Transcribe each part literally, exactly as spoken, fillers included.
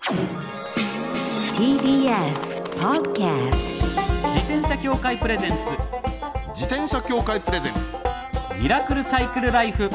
ティービーエス Podcast 自転車協会プレゼンツ自転車協会プレゼンツミラクルサイクルライフ。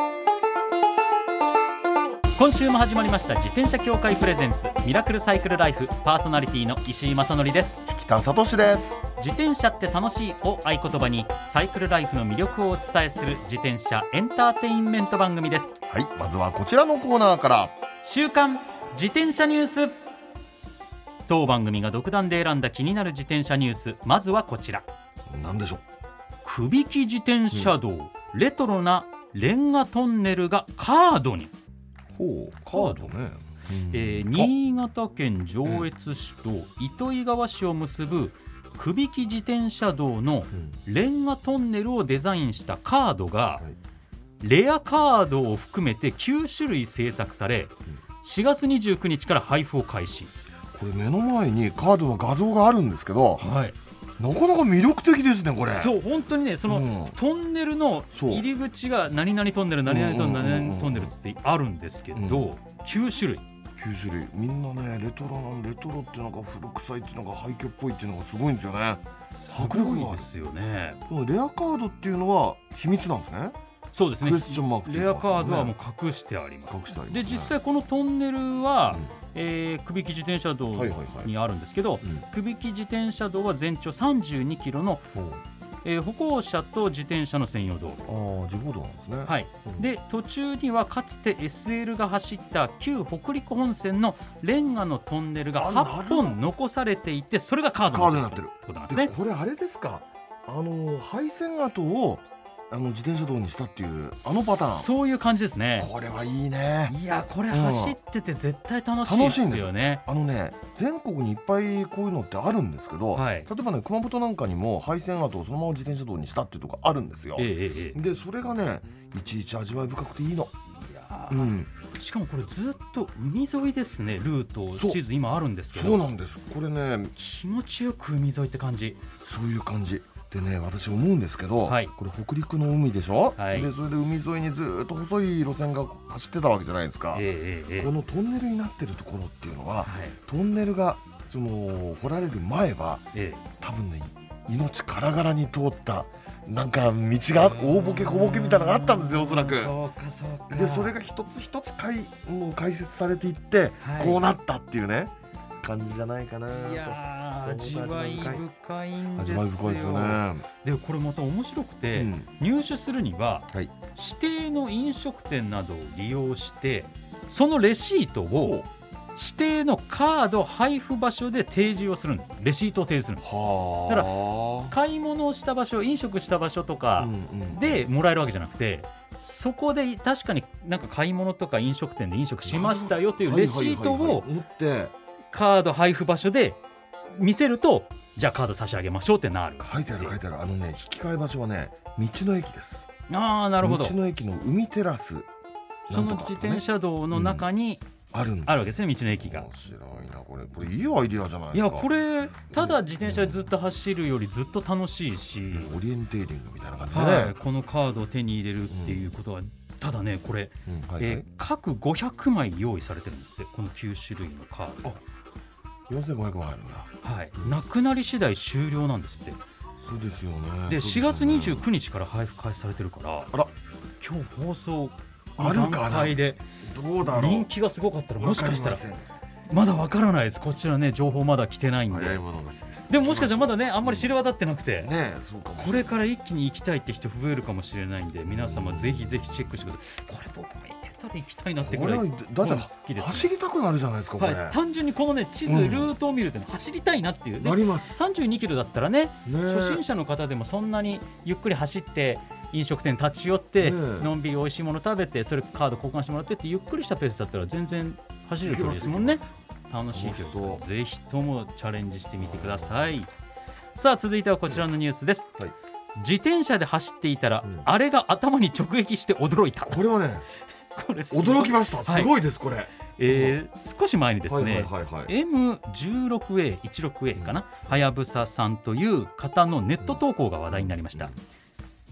今週も始まりました自転車協会プレゼンツミラクルサイクルライフ、パーソナリティの石井正則です。 北里志です。 自転車って楽しいを合言葉にサイクルライフの魅力をお伝えする自転車エンターテインメント番組です。 はい、まずはこちらのコーナーから。 週刊自転車ニュース。当番組が独断で選んだ気になる自転車ニュース、まずはこちら。 何でしょう。 くびき自転車道、うん、レトロなレンガトンネルがカードに。 ほう、カードね、うんえー、新潟県上越市と糸魚川市を結ぶくびき自転車道のレンガトンネルをデザインしたカードが、レアカードを含めてきゅうしゅるい制作され、しがつにじゅうくにちから配布を開始。 これ目の前にカードの画像があるんですけど、 はい、 なかなか魅力的ですねこれ。 そう、本当にね、その、うん、トンネルの入り口が何々トンネル何々トンネル何々トンネルってあるんですけど、うん、きゅうしゅるいきゅうしゅるい、みんなねレトロなんレトロってなんか古臭いってなんか廃墟っぽいっていうのがすごいんですよね。 すごいですよね。 このレアカードっていうのは秘密なんですね。 そうですね、 クエスチョンマークっていうレアのは、 カードはもう隠してあります。 隠してありますね。 で実際このトンネルは、うんえー、くびき自転車道にあるんですけど、くびき自転車道は全長さんじゅうにキロの、えー、歩行者と自転車の専用道路。 あ、自歩道なんですね。 はい、うん、で途中にはかつて エスエル が走った旧北陸本線のレンガのトンネルがはっぽん残されていて、それがカードになってるってことなんですね。 これあれですか、あの廃線跡をあの自転車道にしたっていうあのパターン。 そういう感じですね。 これはいいね。 いや、これ走ってて絶対楽しいですよね。 あのね、全国にいっぱいこういうのってあるんですけど、はい、例えばね熊本なんかにも廃線跡をそのまま自転車道にしたっていうところあるんですよ。ええ、でそれがねいちいち味わい深くていいの。いや、うん、 しかもこれずっと海沿いですね。ルート地図今あるんですけど、 そうなんです。これね気持ちよく海沿いって感じ。 そういう感じでね、私思うんですけど、はい、これ北陸の海でしょ、はい、でそれで海沿いにずっと細い路線が走ってたわけじゃないですか、えーえー、このトンネルになってるところっていうのは、はい、トンネルがその掘られる前は、えー、多分ね命からがらに通ったなんか道が大ボケ小ボケみたいなのがあったんですよ、おそらく。 そうかそうか。 でそれが一つ一つ解もう解説されていって、はい、こうなったっていうね感じじゃないかなと。 いや味わい深いんですよ。 味わい深いですよね。 でこれまた面白くて、うん、入手するには、はい、指定の飲食店などを利用してそのレシートを指定のカード配布場所で提示をするんです。レシートを提示するんです。だから買い物をした場所、飲食した場所とかでもらえるわけじゃなくて、そこで確かになんか買い物とか飲食店で飲食しましたよというレシートをカード配布場所で見せると、じゃあカード差し上げましょうってなる。 書いてある書いてある。あのね、引き換え場所はね道の駅です。 ああ、なるほど。 道の駅の海テラス、 その自転車道の中に、うん、あるんです。あるわけですね、道の駅が。 面白いなこれ。これいいアイディアじゃないですか。 いや、これただ自転車でずっと走るよりずっと楽しいし、 うん、オリエンテーリングみたいな感じでね、 はい、このカードを手に入れるっていうことは、うん、ただねこれ、うんはいはい、えー、各ごひゃくまい用意されてるんですって、このきゅうしゅるいのカード。 よんせんごひゃくまいあるんだ。 はい、なくなり次第終了なんですって。 そうですよね。 でしがつにじゅうくにちから配布開始されてるから、あら今日放送の段階でどうだろう、 人気がすごかったらもしかしたらまだわからないです。こちらね情報まだ来てないんで。 早い者勝ちです。 でももしかしたらまだねあんまり知れ渡ってなくて、 うんね、そうかもしれない。 これから一気に行きたいって人増えるかもしれないんで、皆様ぜひぜひチェックしてください。これ僕も行けたら行きたいなってくらい好きです、ね、 走りたくなるじゃないですかこれ、 はい、単純にこのね地図、うん、ルートを見ると、ね、走りたいなっていうね。 なります。 さんじゅうにキロだったら ね, ね初心者の方でもそんなにゆっくり走って飲食店立ち寄って、ね、のんびり美味しいもの食べてそれカード交換してもらってってゆっくりしたペースだったら全然走れる距離ですもんね。楽しい距離ですからぜひともチャレンジしてみてください。さあ続いてはこちらのニュースです、はい、自転車で走っていたら、うん、あれが頭に直撃して驚いた。 これはねこれ驚きました。すごいですこれ、はい、 えー、少し前にですね、エムじゅうろくエーじゅうろくエー かな、はやぶささんという方のネット投稿が話題になりました。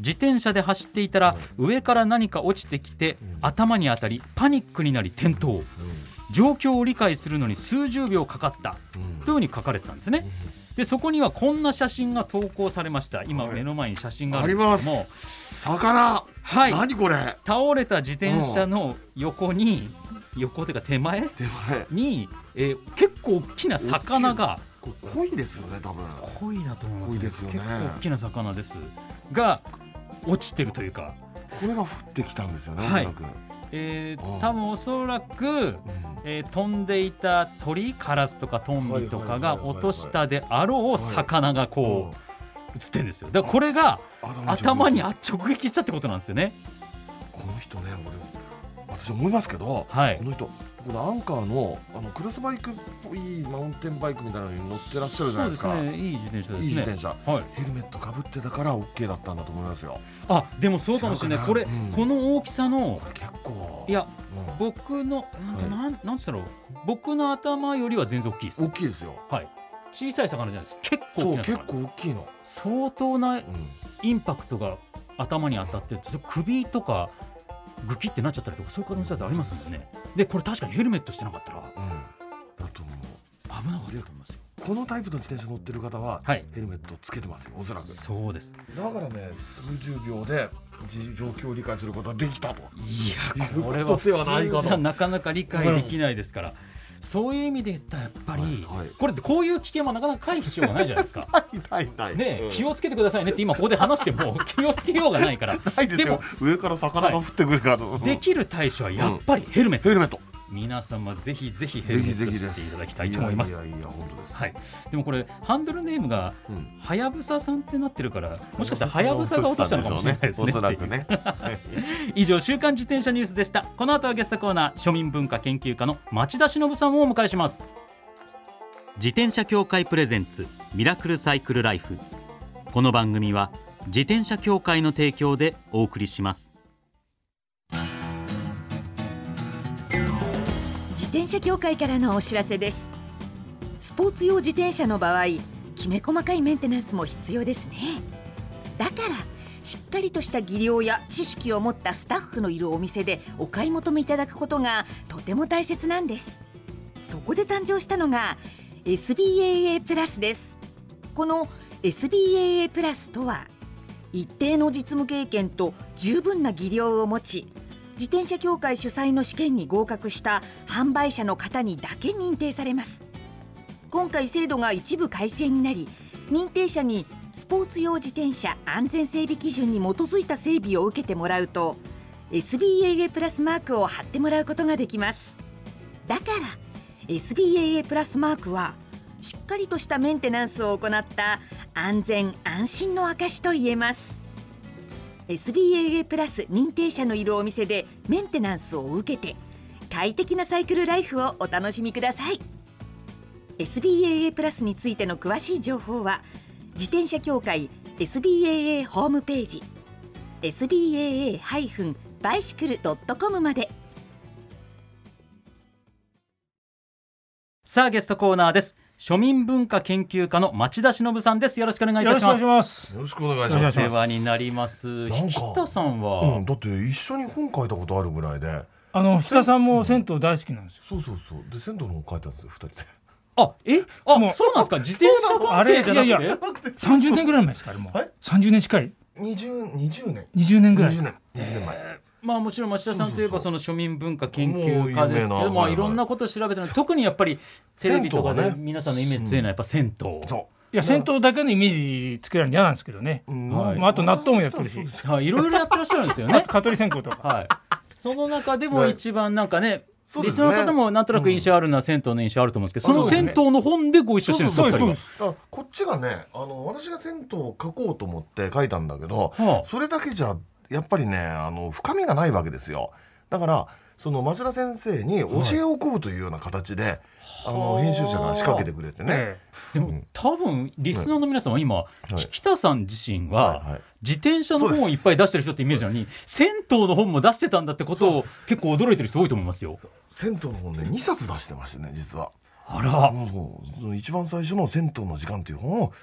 自転車で走っていたら上から何か落ちてきて頭に当たりパニックになり転倒、状況を理解するのに数十秒かかったというふうに書かれてたんですね。でそこにはこんな写真が投稿されました。今目の前に写真があるんですけども、 魚、 はい、 何これ、 倒れた自転車の横に、横というか手前に、えー、結構大きな魚が、 鯉ですよね、多分鯉だと思います。 鯉ですよね。 結構大きな魚ですが落ちてるというか、 これが降ってきたんですよね、 はい、 おそらく、 えー、多分おそらく、うんえー、飛んでいた鳥、カラスとかトンビとかが落としたであろう魚がこう映ってるんですよ。だからこれが頭に直撃したってことなんですよね。 この人ね、俺私思いますけど、はい、この人このアンカー の, あのクロスバイクっぽいマウンテンバイクみたいなのに乗ってらっしゃるじゃないですか。 そうですね、いい自転車ですね。 いい自転車、はい、ヘルメットかぶってたから OK だったんだと思いますよ。 あ、でもそうかもしれない。これ、うん、この大きさのこれ結構、 いや、うん、僕のなん、なんつったろう、僕の頭よりは全然大きいです。 大きいですよ。 はい、小さい魚じゃないです。結構大きな魚。 そう、結構大きいの。 相当なインパクトが頭に当たって、首とかグキってなっちゃったりとか、そういう可能性ってありますもんね。でこれ確かにヘルメットしてなかったら、うん、だと思う、危なかったと思いますよ。 このタイプの自転車乗ってる方は、はい、ヘルメットつけてますよ、おそらく。 そうです。 だからね、数十秒で状況を理解することができたと。 いや、これは普通じゃなかなか理解できないですから、そういう意味で言ったらやっぱり、はいはい、これってこういう危険はなかなか回避しようがないじゃないですか。 ないないない、 ね、うん、気をつけてくださいねって今ここで話しても気をつけようがないから。 ないですよ。でも上から魚が降ってくるから、はい、 できる対処はやっぱりヘルメット、 うん、ヘルメット、 皆様ぜひぜひヘルメットしていただきたいと思います。 いやいやいや、本当です。 はい、でもこれハンドルネームがはやぶささんってなってるから、もしかしたらはやぶさが落としたのかもしれないですね。 おそらくね。 以上、週刊自転車ニュースでした。この後はゲストコーナー、庶民文化研究家の町田忍さんをお迎えします。自転車協会プレゼンツミラクルサイクルライフ。この番組は自転車協会の提供でお送りします。 自転車協会からのお知らせです。スポーツ用自転車の場合、きめ細かいメンテナンスも必要ですね。だからしっかりとした技量や知識を持ったスタッフのいるお店でお買い求めいただくことがとても大切なんです。そこで誕生したのが エスビーエーエー プラスです。この エスビーエーエー プラスとは、一定の実務経験と十分な技量を持ち、自転車協会主催の試験に合格した販売者の方にだけ認定されます。今回制度が一部改正になり、認定者にスポーツ用自転車安全整備基準に基づいた整備を受けてもらうと エスビーエーエー プラスマークを貼ってもらうことができます。だから エスビーエーエー プラスマークはしっかりとしたメンテナンスを行った安全安心の証と言えます。 エスビーエーエー プラス認定者のいるお店でメンテナンスを受けて快適なサイクルライフをお楽しみください。 エスビーエーエー プラスについての詳しい情報は自転車協会 エスビーエーエー ホームページ エスビーエーエー バイシクル ドットコム まで。 さあ、ゲストコーナーです。庶民文化研究家の町田忍さんです。よろしくお願いいたします。 よろしくお願いします。 お世話になります。引田さんは、 うん、だって一緒に本書いたことあるぐらいで、 あの引田さんも銭湯大好きなんですよ。 そうそうそう。で銭湯の本書いたんですよ、二人で。 あ、え、あ、そうなんですか。自転車のあれじゃなくて、いやいやさんじゅうねんぐらい前ですから、もう、はい、さんじゅうねん近い、 にじゅう、にじゅうねんにじゅうねんぐらい、 にじゅうねん、にじゅうねんまえ、 えー、まあもちろん町田さんといえばその庶民文化研究家ですけども、まあいろんなことを調べてる、特にやっぱりテレビとかで皆さんのイメージ強いのはやっぱ銭湯、うん、そういや銭湯だけのイメージつけられるの嫌なんですけどね、うん、はい、まあ、あと納豆もやってるし、 はい、いろいろやってらっしゃるんですよね。 蚊取り線香とか、はい、 その中でも一番なんかね、リスナーの方もなんとなく印象あるのは銭湯の印象あると思うんですけど、うん、その銭湯の本でご一緒してるんですか。 そうです。こっちがね、あの私が銭湯を書こうと思って書いたんだけど、はあ、それだけじゃやっぱりね、あの深みがないわけですよ。だからその町田先生に教えを請うというような形で、はい、あの編集者が仕掛けてくれてね、ええ、でも、うん、多分リスナーの皆さんは今、はい、引田さん自身は、はいはい、自転車の本をいっぱい出してる人ってイメージなのに、銭湯の本も出してたんだってことを結構驚いてる人多いと思いますよ。 銭湯の本ね、にさつ出してましてね、実は。 あら、 そうそう、一番最初の銭湯の時間という本を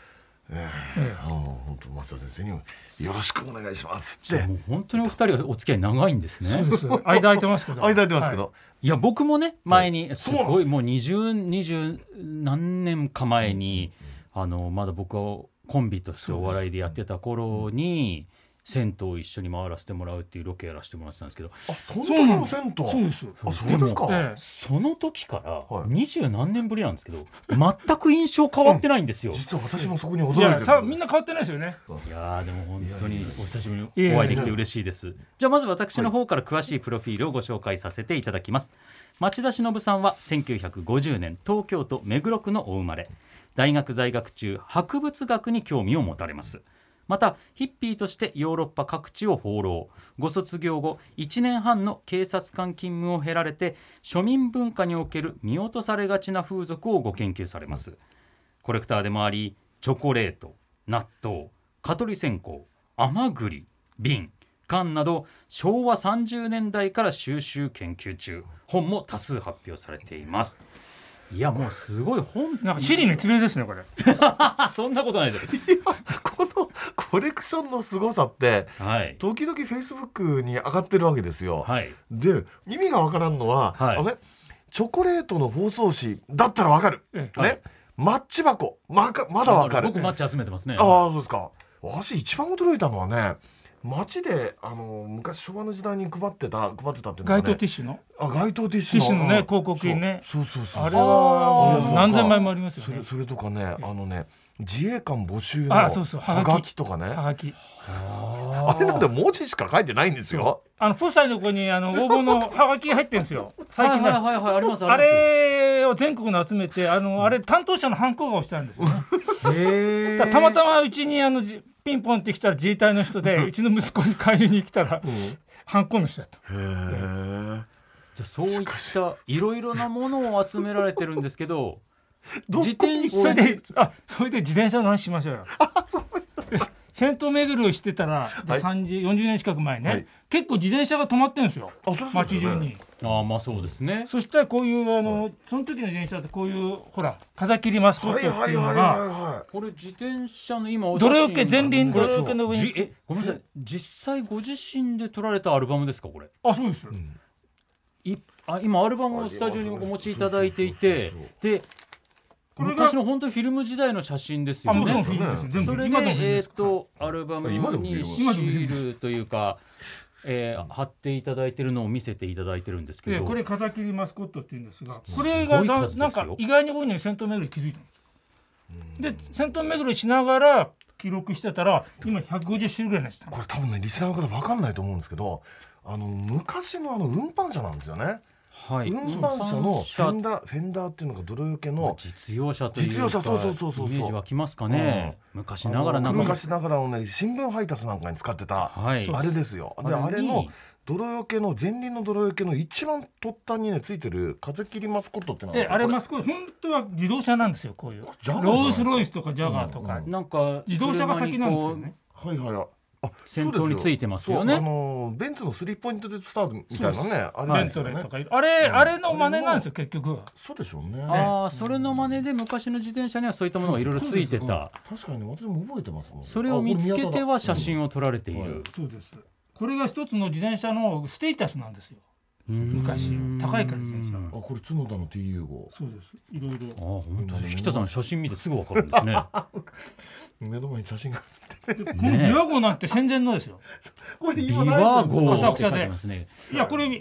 えーえー、本当増田先生にもよろしくお願いしますって。 もう本当にお二人はお付き合い長いんですね。 そうです。間空いてますけど。 間空いてますけど、はい、 いや僕もね前にすごいもう二十二十何年か前に、うん、あのまだ僕はコンビとしてお笑いでやってた頃に銭湯を一緒に回らせてもらうっていうロケやらせてもらってたんですけど、 あその時の銭湯、 そうです。 あそうですか。 でもその時から二十何年ぶりなんですけど全く印象変わってないんですよ、 うん、実は私もそこに驚いてる。 みんな変わってないですよね。 いやでも本当にお久しぶりにお会いできて嬉しいです。じゃあまず私の方から詳しいプロフィールをご紹介させていただきます。町田忍さんはせんきゅうひゃくごじゅうねん東京都目黒区のお生まれ。大学在学中博物学に興味を持たれます。またヒッピーとしてヨーロッパ各地を放浪。ご卒業後いちねんはんの警察官勤務を経られて庶民文化における見落とされがちな風俗をご研究されます。コレクターでもありチョコレート、納豆、蚊取り線香、甘栗、瓶、缶などしょうわさんじゅうねんだいから収集研究中。本も多数発表されています。いやもうすごい本なんか尻滅裂ですねこれそんなことないです。 いやこのコレクションの凄さって、はい、時々フェイスブックに上がってるわけですよ、はい、で意味がわからんのは、はい、あのね、チョコレートの包装紙だったらわかる、ね、はい、マッチ箱 ま, まだわかる。 僕マッチ集めてますね。 ああそうですか。私一番驚いたのはね、街であの昔昭和の時代に配ってた配ってたっていうのは、ね、 街頭ティッシュのあ街頭ティッシュの、 ティッシュのね広告品ね。 そうそうそうそう、 あれは何千枚もありますよね。 それ、それとかね、あのね自衛官募集のはがきとかね。 はがきあれなんで文字しか書いてないんですよ。 あのポスターのとこにあの応募のはがきが入ってるんですよ最近。 はいはいはい、はい、ありますあります。 あれを全国の集めてあのあれ担当者のハンコが押してあるんですよねへだたまたまうちにあのピンポンって来たら自衛隊の人でうちの息子に買いに来たら、うん、ハンコの人だった。へー、じゃそういったいろいろなものを集められてるんですけど自転車であそれで自転車の話しましょうよ。あそう銭湯巡りをしてたら、はい、さんじゅう、よんじゅうねん近く前ね、はい、結構自転車が止まってるんですよ。あそうそうそう、街中に。 あまあそうですね。 そしたらこういうあの、はい、その時の自転車ってこういうほら風切りマスコットっていうのがこれ自転車の今お写真泥よけ前輪泥よけの上にえごめんなさい実際ご自身で撮られたアルバムですかこれ。 あそうです、うん、 いあ今アルバムをスタジオにお持ちいただいていてで昔の本当にフィルム時代の写真ですよね。 あもちろんフィルムです。 それでえっとアルバムにシールというかえー、貼っていただいてるのを見せていただいてるんですけど、 これ風切りマスコットっていうんですが、これがだなんか意外に多いのに銭湯巡り気づいたんですよ。で銭湯巡りしながら記録してたら今ひゃくごじゅっしゅるぐらいでした。 これ多分ねリスナーの方分かんないと思うんですけど、あの昔のあの運搬車なんですよね。はい、運搬車のフェンダー、フェンダーっていうのが泥よけの実用車というか実用車そうそうそうそうイメージ湧きますかね、うん、昔ながらなんか昔ながらのね新聞配達なんかに使ってた、はい、あれですよ。であれの泥よけの前輪の泥よけの一番突端にねついてる風切りマスコットってのは、 えあれマスコット本当は自動車なんですよ。こういうロースロイスとかジャガーとか、うんうん、 なんか自動車が先なんですよね。 はいはい。あ先頭についてますよね。 あのベンツのスリーポイントでスタートみたいなね、あれベントレーとかあれ、うん、あれの真似なんですよ結局は。 そうでしょうね。 ああそれの真似で昔の自転車にはそういったものがいろいろついてた。 確かに私も覚えてますもん。 それを見つけては写真を撮られている、うんはい、 そうです。これが一つの自転車のステータスなんですよ。昔高いから自転車。 あこれ角田の ティーユー 号。 そうです。いろいろ。 あ本当に引田さんの写真見てすぐわかるんですね。 目の前に写真があって、 このビワ号なんて戦前のですよ。 これビワ号浅草で。いやこれ、うん、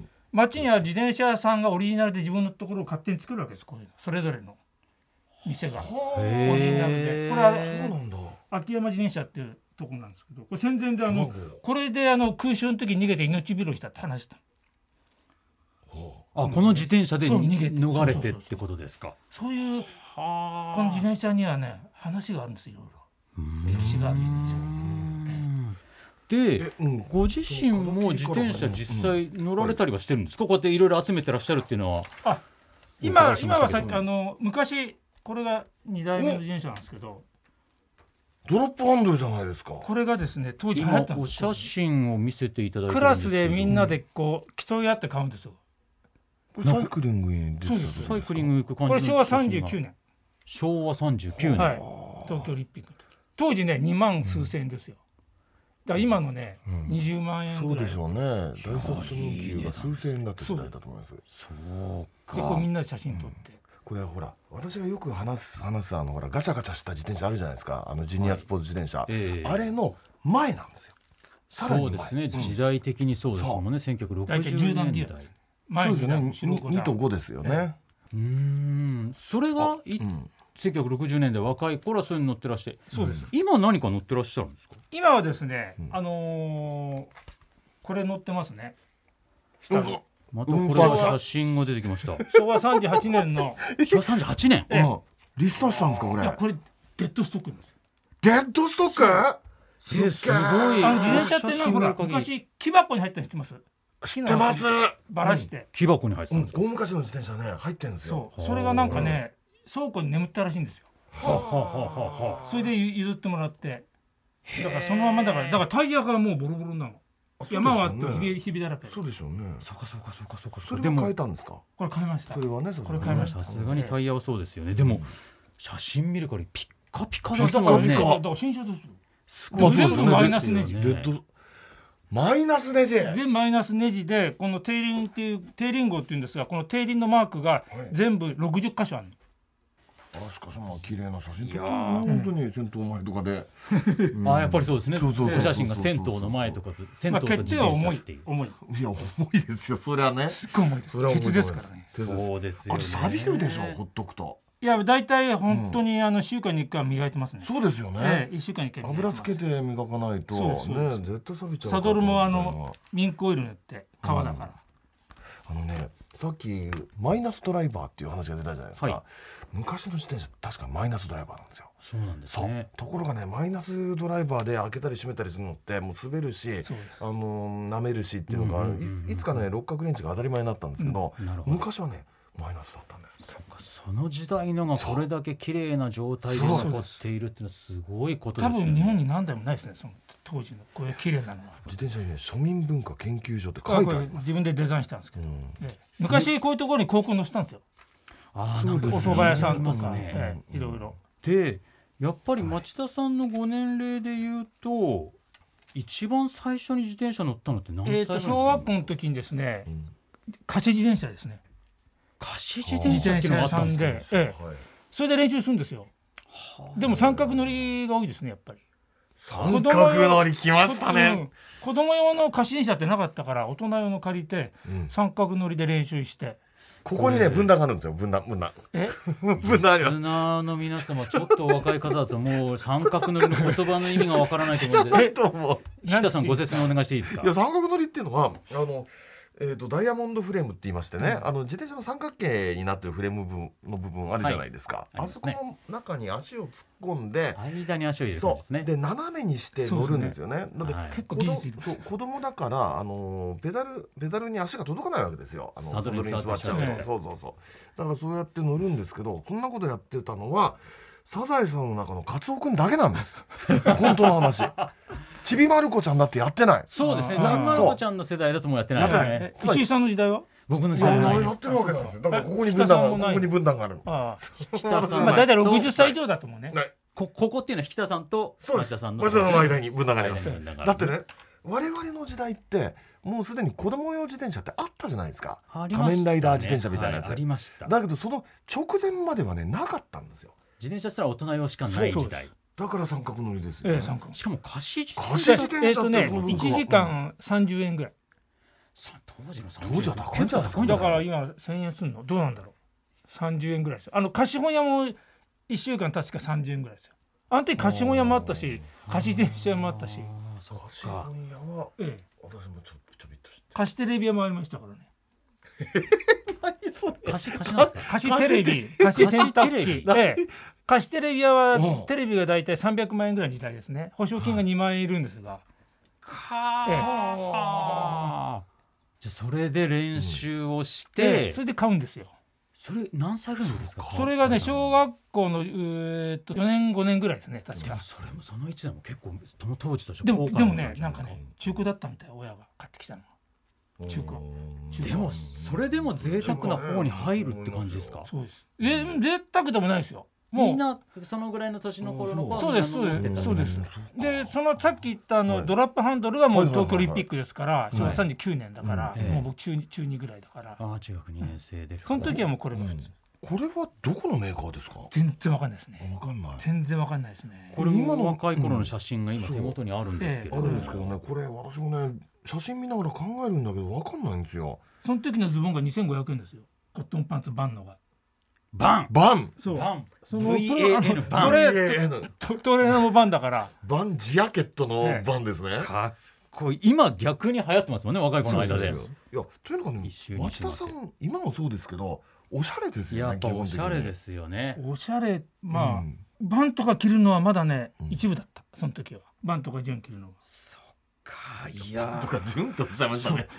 街には自転車屋さんがオリジナルで自分のところを勝手に作るわけです。こういうのそれぞれの店がオリジナルで。これは秋山自転車っていうところなんですけど、これ戦前であのこれであの空襲の時に逃げて命拾いしたって話した。 あこの自転車で逃れてってことですか。 そういうこの自転車にはね話があるんです。いろいろ歴史がある自転車で、うん、ご自身も自転車実際乗られたりはしてるんですか、うん、こうやっていろいろ集めてらっしゃるっていうのは。 あ 今, 今はさあの昔これがにだいめの自転車なんですけど、 ドロップハンドルじゃないですか。 これがですね当時流行ったんです。 お写真を見せていただいてクラスでみんなでこう競い合って買うんですよ。 これサイクリングにです。 サイクリング行く感じ。 これしょうわさんじゅうきゅうねん。 しょうわさんじゅうきゅうねん、 はい、 東京オリンピックの時当時ねにまん数千円ですよ、だから今のね、うん、にじゅうまんえんぐらい。 そうでしょうね。大卒初任給が数千円だった時代だと思います。 そうか。 でこうみんなで写真撮って、うん、 これはほら私がよく話す話すあのほらガチャガチャした自転車あるじゃないですか、あのジュニアスポーツ自転車、はいえー、あれの前なんですよ。 さらに前。そうですね、うん、時代的にそうですもんね。せんきゅうひゃくろくじゅうねんだい前にねにとごですよね。 うーんそれがい、うん、せんきゅうひゃくろくじゅうねんで若い頃はそういうの乗ってらして。 そうです。 今何か乗ってらっしゃるんですか？ 今はですね、うん、あのー、これ乗ってますね。 またこれは写真が出てきました。 しょうわさんじゅうはちねんのしょうわさんじゅうはちねん、 うん、リストしたんですかこれ？ いやこれデッドストックなんですよ。 デッドストック？ えすごい。 あの自転車ってなんか昔木箱に入ったの知ってます？ 知ってます。 バラして、うん、 木箱に入ってたんですか？ 大昔の自転車ね入ってるんですよ。 そうそれがなんかね倉庫に眠ったらしいんですよ。ははははそれで譲ってもらって、だからそのままだからだからタイヤがもうボロボロなの。山はあってひびひびだらけ。 そうでしょうね。 そうかそうかそうかそうか。 それも変えたんですか？ これ変えました。 それはね、 これ変えました。 さすがにタイヤはそうですよね。でも写真見るからピッカピカですもんね。 だから新車ですよ。すごい全部マイナスネジ。 マイナスネジ。 全部マイナスネジでこのテーリンっていうテーリン号っていうんですが、このテーリンのマークが全部ろくじゅっかしょあるの。 あしかしまあ綺麗な写真撮って本当に銭湯前とかで、 うん、あやっぱりそうですね。お写真が銭湯の前とかと銭湯と自転車っていう、 まあ、重いいや重いですよそれはね。 すっごい重いです。鉄ですからね。 そうですよね。 あと錆びるでしょほっとくと。 いやだいたい本当にあのいっしゅうかんにいっかい磨いてますね。 そうですよね。 いっしゅうかんにいっかい油つけて磨かないとね絶対錆びちゃう。 サドルもあのミンクオイル塗って革だから。 あのねさっきマイナスドライバーっていう話が出たじゃないですか、はい、昔の自転車確かマイナスドライバーなんですよ。 そうなんですね。 ところがねマイナスドライバーで開けたり閉めたりするのってもう滑るしあの舐めるしっていうのが、うんうんうんうん、い, いつかね六角レンチが当たり前になったんですけど、うん、ど昔はねマイナスだったんです。 そうかその時代のがこれだけ綺麗な状態で残っているっていうのはすごいことですよね。 多分日本に何台もないですねその当時のこれ綺麗なのは。 自転車にね庶民文化研究所って書いてあります。 自分でデザインしたんですけど、うんね、昔こういうところに高校載せたんですよ。 あなんかお蕎麦屋さんとか、ねええ、いろいろでやっぱり町田さんのご年齢でいうと一番最初に自転車乗ったのって何歳ぐらい？えーと小学校の時にですね、うん、貸し自転車ですね。 貸し自転車っていうのがあったんですか？ ええ、それで練習するんですよ。でも三角乗りが多いですねやっぱり。 三角乗り来ましたね。 子供用の貸し自転車ってなかったから大人用の借りて、うん、三角乗りで練習して。 ここにね分断があるんですよ。分断分断。 え？ 分断あります。 リスナーの皆様ちょっとお若い方だともう三角乗りの言葉の意味がわからないと思うんで。えっと引田さんご説明お願いしていいですか？ いや三角乗りっていうのはあの。えー、とダイヤモンドフレームって言いましてね、うん、あの自転車の三角形になってるフレーム部の部分あるじゃないですか、はい、あそこの中に足を突っ込んで間に足を入れるんですね。 で斜めにして乗るんですよね。だって、はい、 結構技術いる。 そう子供だからあのペダルペダルに足が届かないわけですよ。あのサドルに座っちゃうと、ね、そうそうそうだからそうやって乗るんですけど、そんなことやってたのはサザエさんの中のカツオくんだけなんです本当の話。ちびまる子ちゃんだってやってない。 そうですね。ちびまる子ちゃんの世代だともやってないですね。 石井さんの時代は？ 僕の時代はないです。 やってるわけなんですよ。だからここに分断がここに分断がある。 ああ。北さんまあだいたいろくじゅっさい以上だと思うね。 こここっていうのは引田さんと町田さんの町田さんの間に分断があります。だってね我々の時代ってもうすでに子供用自転車ってあったじゃないですか。仮面ライダー自転車みたいなやつ。 ありました。 だけどその直前まではねなかったんですよ。 自転車すら大人用しかない時代。 だから三角乗りですよ、ね。 ええ、しかも貸し自転車えっとねいちじかんさんじゅうえんぐらい。 当時のさんじゅうえん当時は高いんじゃない？ だから今せんえんすんのどうなんだろう。さんじゅうえんぐらいですよ。あの貸本屋もいっしゅうかん確かさんじゅうえんぐらいですよ。あの時貸本屋もあったし貸し自転車もあったし。 貸本屋は、ええ、私もちょちょびっと知って。 貸しテレビ屋もありましたからね。 何それ？ 貸し貸しなんですか？ 貸しテレビ貸し洗濯機。ええ貸しテレビ屋はテレビがだいたいさんびゃくまんえんぐらいの時代ですね。保証金がにまんえんいるんですが、 はあ、ええ、じゃあそれで練習をして、うんええ、 それで買うんですよ。 それ何歳ぐらいですか？ それがね小学校の、えー、っとよねんごねんぐらいですね確か。 でもそれもそのいちだいも結構その当時としてでもでもねなんかね中古だったみたい親が買ってきたのは中古。 でもそれでも贅沢な方に入るって感じですか？ そうです。え贅沢でもないですよ。 みんなそのぐらいの年の頃の子はそうですそうですそうです。でそのさっき言ったあの、はい、ドラップハンドルはもう東京オリンピックですから、はい、昭和さんじゅうきゅうねんだから、はい、もう僕中中にぐらいだから、 あ中学にねん生で、 その時はもうこれが普通、 うん、これはどこのメーカーですか？ 全然わかんないですね。 わかんない。 全然わかんないですね。 これ今の若い頃の写真が今手元にあるんですけど、 うん、あるんですけどね、これ私もね写真見ながら考えるんだけどわかんないんですよ。 その時のズボンがにせんごひゃくえんですよ。コットンパンツバンのが。 バンバンそうバンそのブイエーエヌ バントレトレーナーもバンだからバンジャケットのバンですね。 かっこいい。今逆に流行ってますもんね、若い子の間で。 いやというのがね、町田さん今もそうですけどおしゃれですよね。 やっぱおしゃれですよね。 おしゃれ、まあ、うん、バンとか着るのはまだね、うん、一部だった。その時はバンとか順着るのが。 そっか、いやバンとか順とおっしゃいましたね。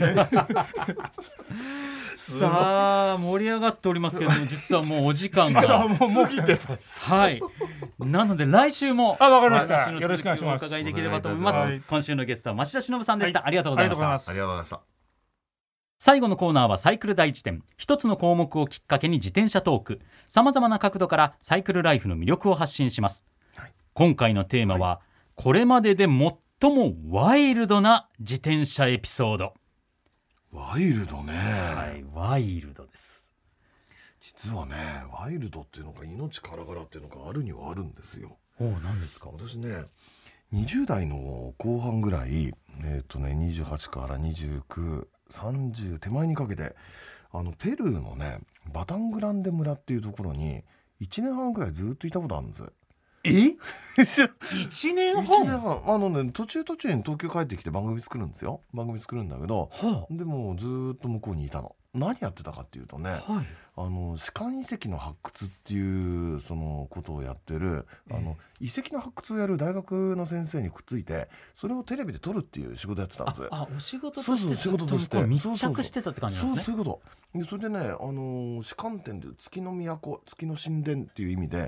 さあ盛り上がっておりますけども、実はもうお時間がもうもう来てます。 はい。なので来週もあわかりました。よろしくお願いします。 お伺いできればと思います。はい、今週のゲストは町田忍さんでした、はい。ありがとうございました。 ありがとうございました。 最後のコーナーはサイクル第一点。一つの項目をきっかけに自転車トーク。さまざまな角度からサイクルライフの魅力を発信します。はい、今回のテーマは、はい、これまでで最もワイルドな自転車エピソード。 ワイルドね。 はい、ワイルドです。 実はね、ワイルドっていうのが命からがらっていうのがあるにはあるんですよ。 おお、何ですか？ 私ね、にじゅう代の後半ぐらい、えっとね、にじゅうはちからにじゅうきゅう、さんじゅう手前にかけて、あのペルーのね、バタングランデ村っていうところにいちねんはんぐらいずっといたことあるんです。 えいちねんはん? いちねんはんあのね、途中途中に東京帰ってきて番組作るんですよ。番組作るんだけど、はあ、でもずっと向こうにいたの。何やってたかっていうとね、はい、あの歯間遺跡の発掘っていうそのことをやってる、えー、あの遺跡の発掘をやる大学の先生にくっついて、それをテレビで撮るっていう仕事やってたんです。 ああ、お仕事としてずっと密着してたって感じなんですね。 そうそうそうそういうことで、それでね、あの歯間点で月の都、月の神殿っていう意味で、はい、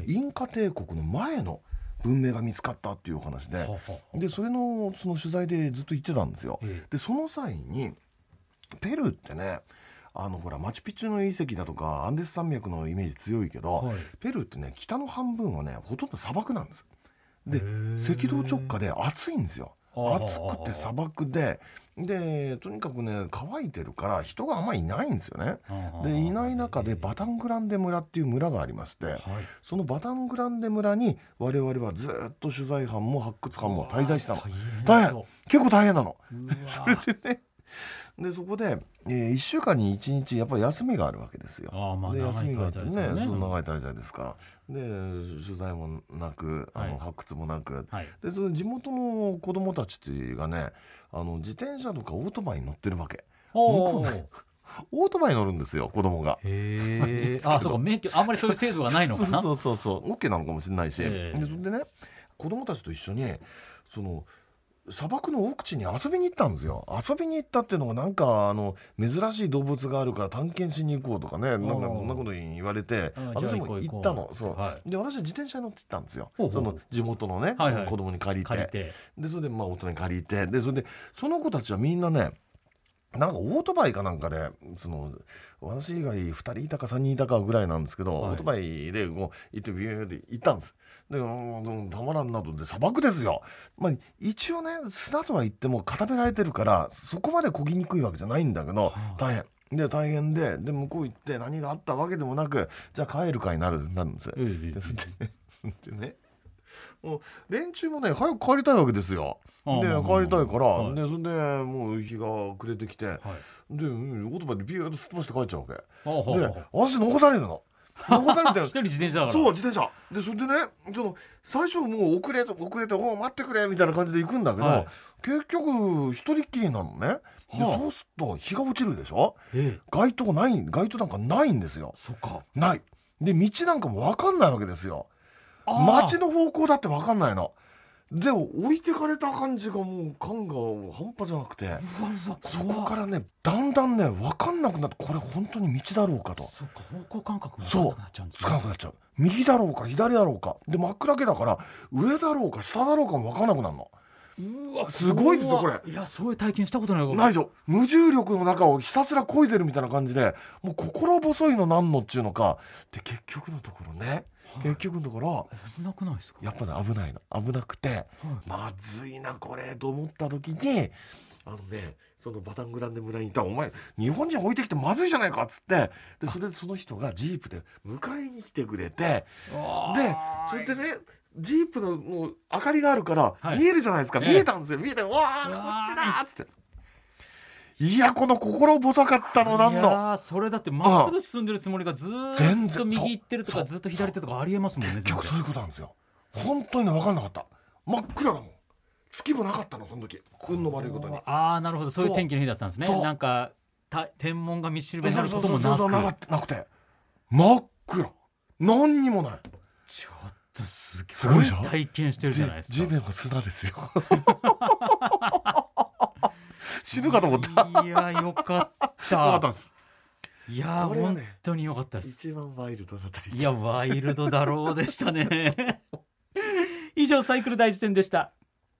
インカ帝国の前の文明が見つかったっていうお話で、ははでそれのその取材でずっと行ってたんですよ。えー、でその際にペルーってね、あのほらマチュピチュの遺跡だとかアンデス山脈のイメージ強いけど、はい、ペルーってね、北の半分はねほとんど砂漠なんです。で赤道直下で暑いんですよ。暑くて砂漠で、でとにかくね乾いてるから人があんまりいないんですよね。でいない中でバタングランデ村っていう村がありまして、はい、そのバタングランデ村に我々はずっと取材班も発掘班も滞在したの。大変、結構大変なの。それでね、でそこで、えー、いっしゅうかんにいちにちやっぱり休みがあるわけですよ。 あ、まあ、 で休みがあってね、 長い滞在ですよね。 その長い滞在ですから、で取材もなく、あの、はい、発掘もなく、はい、でその地元の子供たちがね、あの自転車とかオートバイに乗ってるわけ。向こうねオートバイ乗るんですよ、子供が。 へあ、そうか、免許あんまりそういう制度がないのかな。 そうそうそう、 OK なのかもしれないし、でそれでね、子供たちと一緒にその砂漠の奥地に遊びに行ったんですよ。遊びに行ったっていうのがなんかあの珍しい動物があるから探検しに行こうとかね、なんかそんなこと言われて、私も行ったの。そう、はい、で私は自転車に乗って行ったんですよ。ほうほう、その地元のね、はいはい、子供に借りて、借りてでそれでまあ大人に借りて、でそれでその子たちはみんなね、なんかオートバイかなんかで、その私以外ふたりいたかさんにんいたかぐらいなんですけど、はい、オートバイでこう行ってビューって行ったんです。でたまらんなどで砂漠ですよ。まあ、一応ね砂とは言っても固められてるからそこまで漕ぎにくいわけじゃないんだけど、大変で大変で、で向こう行って何があったわけでもなく、じゃあ帰るかになるなるんですよ。でそれでね、もう連中もね早く帰りたいわけですよ。で帰りたいから、はい、でそれでもう日が暮れてきて、はい、でオートバイでビューッとすっ飛ばして帰っちゃうわけで、私残されるの。残されてる一人自転車だから。 そう、自転車で、それでね、その最初はもう遅れて遅れてお待ってくれみたいな感じで行くんだけど、はい、結局一人っきりなのね。でそうすると日が落ちるでしょ、ええ、街灯ない、街灯なんかないんですよ。 そっか、 ないで道なんかも分かんないわけですよ。街の方向だって分かんないので、置いてかれた感じがもう感が半端じゃなくて、そこからねだんだんね分かんなくなって、これ本当に道だろうかと。 そうか、方向感覚がつかなくなっちゃうんですね。 そう、つかなくなっちゃう。右だろうか左だろうかで真っ暗けだから上だろうか下だろうかも分かんなくなるの。 うわすごいですよこれ。 いやそういう体験したことないないでしょ。無重力の中をひたすら漕いでるみたいな感じで、もう心細いのなんのっちゅうのかで、結局のところね、はい、結局のところ危なくないですか。 やっぱね危ないの危なくて、はい、まずいなこれと思った時に、あのねそのバタングランデ村にいたお前日本人置いてきてまずいじゃないかっつって、でそれでその人がジープで迎えに来てくれて、でそれでねジープのもう明かりがあるから見えるじゃないですか、はい、見えたんですよ、見えたよ、わーこっちだっつって、いやこの心細かったのなんの。いやそれだってまっすぐ進んでるつもりがずーっと右行ってるとかずっと左手とかありえますもんね。 結局そういうことなんですよ。本当にね分かんなかった。真っ暗だもん。月もなかったのその時。運の悪いことに。 ああなるほど、そういう天気の日だったんですね。なんか天文が道しるべになることもなくなくて真っ暗、何にもない。 ちょっとすごい体験してるじゃないですか。 地面は砂ですよ死ぬかと思った。 いやよかったよかったです。 いや、ね、本当によかったです。 一番ワイルドだった。 いやワイルドだろうでしたね以上サイクル大辞典でした。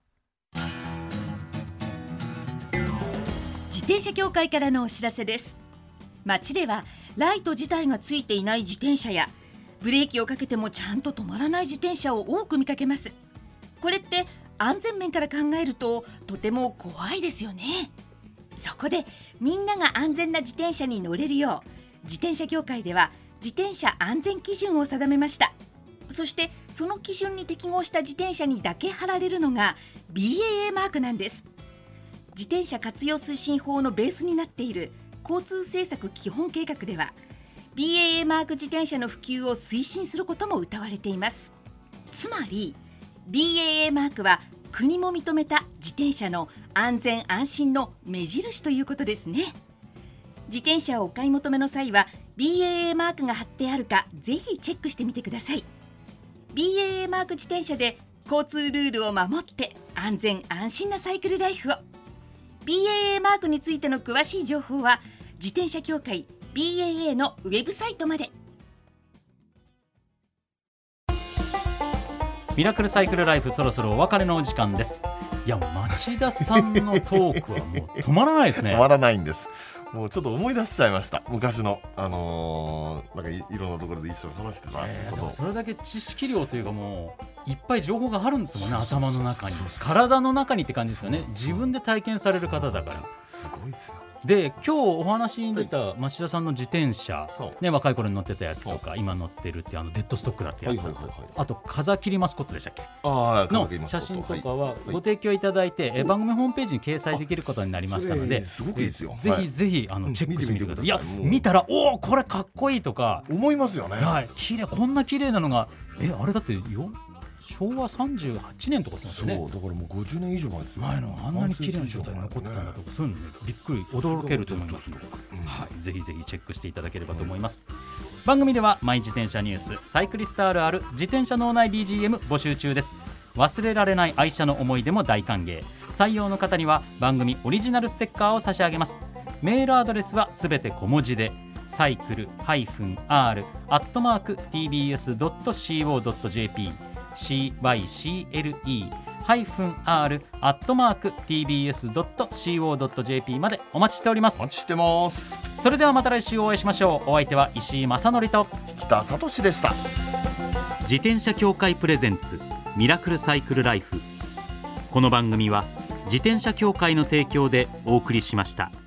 自転車協会からのお知らせです。街ではライト自体がついていない自転車やブレーキをかけてもちゃんと止まらない自転車を多く見かけます。これって安全面から考えるととても怖いですよね。そこでみんなが安全な自転車に乗れるよう自転車協会では自転車安全基準を定めました。そしてその基準に適合した自転車にだけ貼られるのが ビーエーエー マークなんです。自転車活用推進法のベースになっている交通政策基本計画では ビーエーエー マーク自転車の普及を推進することも謳われています。つまり ビーエーエー マークは国も認めた自転車の安全安心の目印ということですね。自転車をお買い求めの際は ビーエーエー マークが貼ってあるかぜひチェックしてみてください。 ビーエーエー マーク自転車で交通ルールを守って安全安心なサイクルライフを。 ビーエーエー マークについての詳しい情報は自転車協会 ビーエーエー のウェブサイトまで。 ミラクルサイクルライフ、そろそろお別れのお時間です。いや町田さんのトークはもう止まらないですね止まらないんです。もうちょっと思い出しちゃいました。昔のあのー、なんか い, いろんなところで一緒に話してたこと、えー、でもそれだけ知識量というかもういっぱい情報があるんですもんね。頭の中に体の中にって感じですよね。自分で体験される方だからすごいですよ。 で今日お話に出た町田さんの自転車、ね、若い頃に乗ってたやつとか今乗ってるってあのデッドストックだってやつ、あと風切りマスコットでしたっけあの写真とかはご提供いただいて、はい、番組ホームページに掲載できることになりましたので、 すごくいいですよ。 ぜひぜひあのチェックしてみてください。いや見たらおおこれかっこいいとか思いますよね。 はい、綺麗こんな綺麗なのがえあれだってよしょうわさんじゅうはちねんとかですよね。 そうだからもうごじゅうねん以上前ですよ。 前のあんなに綺麗な状態に残ってたんだとか、そういうのねびっくり驚けると思いますので、うんはい、ぜひぜひチェックしていただければと思います、うん、番組ではマイ自転車ニュース、サイクリストあるある、自転車脳内 ビージーエム 募集中です。忘れられない愛車の思い出も大歓迎。採用の方には番組オリジナルステッカーを差し上げます。メールアドレスはすべて小文字でサイクル -r アットマーク ティービーエスドットシーオードットジェーピーシーワイシーエルイー アットマーク ティービーエスドットシーオードットジェーピー までお待ちしております。 お待ちしてます。 それではまた来週お会いしましょう。お相手は石井正則と北里志でした。 自転車協会プレゼンツミラクルサイクルライフ。この番組は自転車協会の提供でお送りしました。